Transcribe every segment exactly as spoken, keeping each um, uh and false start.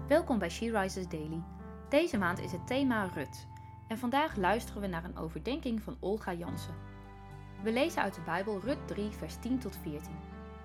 Welkom bij She Rises Daily. Deze maand is het thema Rut en vandaag luisteren we naar een overdenking van Olga Jansen. We lezen uit de Bijbel Rut drie vers tien tot veertien.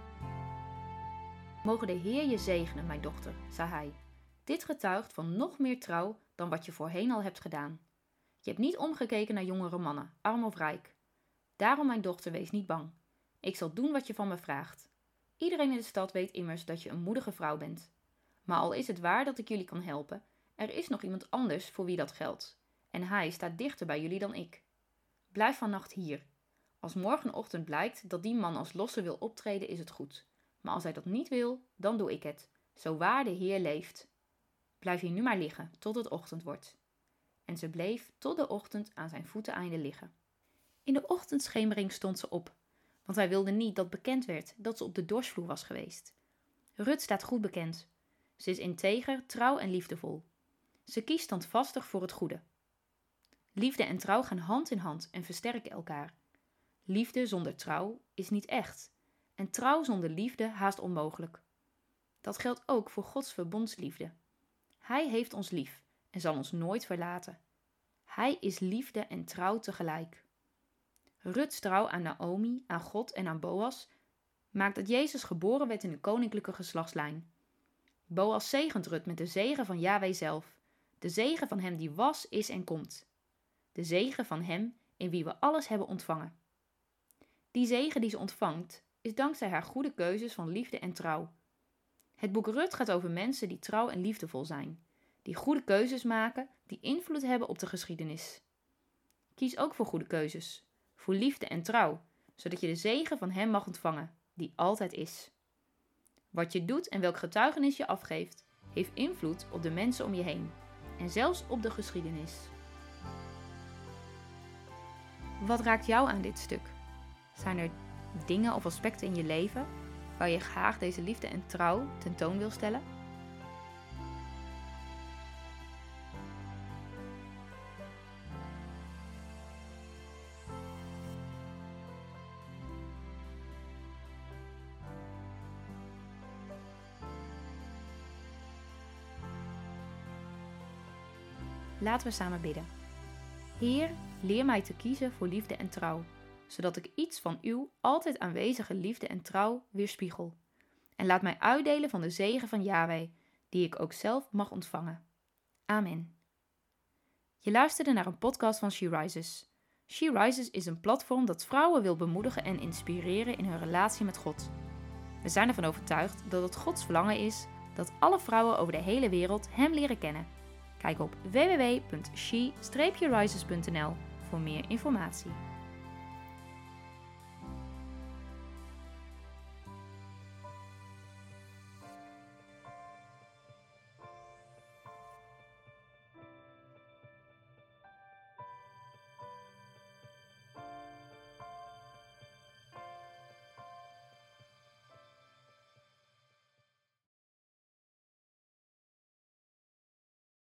Mogen de Heer je zegenen, mijn dochter, zei hij. Dit getuigt van nog meer trouw dan wat je voorheen al hebt gedaan. Je hebt niet omgekeken naar jongere mannen, arm of rijk. Daarom, mijn dochter, wees niet bang. Ik zal doen wat je van me vraagt. Iedereen in de stad weet immers dat je een moedige vrouw bent. Maar al is het waar dat ik jullie kan helpen, er is nog iemand anders voor wie dat geldt. En hij staat dichter bij jullie dan ik. Blijf vannacht hier. Als morgenochtend blijkt dat die man als losse wil optreden, is het goed. Maar als hij dat niet wil, dan doe ik het. Zo waar de Heer leeft. Blijf hier nu maar liggen, tot het ochtend wordt. En ze bleef tot de ochtend aan zijn voeteneinde liggen. In de ochtendschemering stond ze op, want hij wilde niet dat bekend werd dat ze op de dorsvloer was geweest. Rut staat goed bekend. Ze is integer, trouw en liefdevol. Ze kiest standvastig voor het goede. Liefde en trouw gaan hand in hand en versterken elkaar. Liefde zonder trouw is niet echt en trouw zonder liefde haast onmogelijk. Dat geldt ook voor Gods verbondsliefde. Hij heeft ons lief en zal ons nooit verlaten. Hij is liefde en trouw tegelijk. Ruts trouw aan Naomi, aan God en aan Boas maakt dat Jezus geboren werd in de koninklijke geslachtslijn. Boas zegent Rut met de zegen van Yahweh zelf, de zegen van hem die was, is en komt. De zegen van hem in wie we alles hebben ontvangen. Die zegen die ze ontvangt, is dankzij haar goede keuzes van liefde en trouw. Het boek Rut gaat over mensen die trouw en liefdevol zijn, die goede keuzes maken, die invloed hebben op de geschiedenis. Kies ook voor goede keuzes, voor liefde en trouw, zodat je de zegen van hem mag ontvangen, die altijd is. Wat je doet en welk getuigenis je afgeeft, heeft invloed op de mensen om je heen en zelfs op de geschiedenis. Wat raakt jou aan dit stuk? Zijn er dingen of aspecten in je leven waar je graag deze liefde en trouw tentoon wil stellen? Laten we samen bidden. Heer, leer mij te kiezen voor liefde en trouw, zodat ik iets van uw altijd aanwezige liefde en trouw weerspiegel. En laat mij uitdelen van de zegen van Yahweh, die ik ook zelf mag ontvangen. Amen. Je luisterde naar een podcast van She Rises. She Rises is een platform dat vrouwen wil bemoedigen en inspireren in hun relatie met God. We zijn ervan overtuigd dat het Gods verlangen is dat alle vrouwen over de hele wereld hem leren kennen. Kijk op w w w punt she rises punt n l voor meer informatie.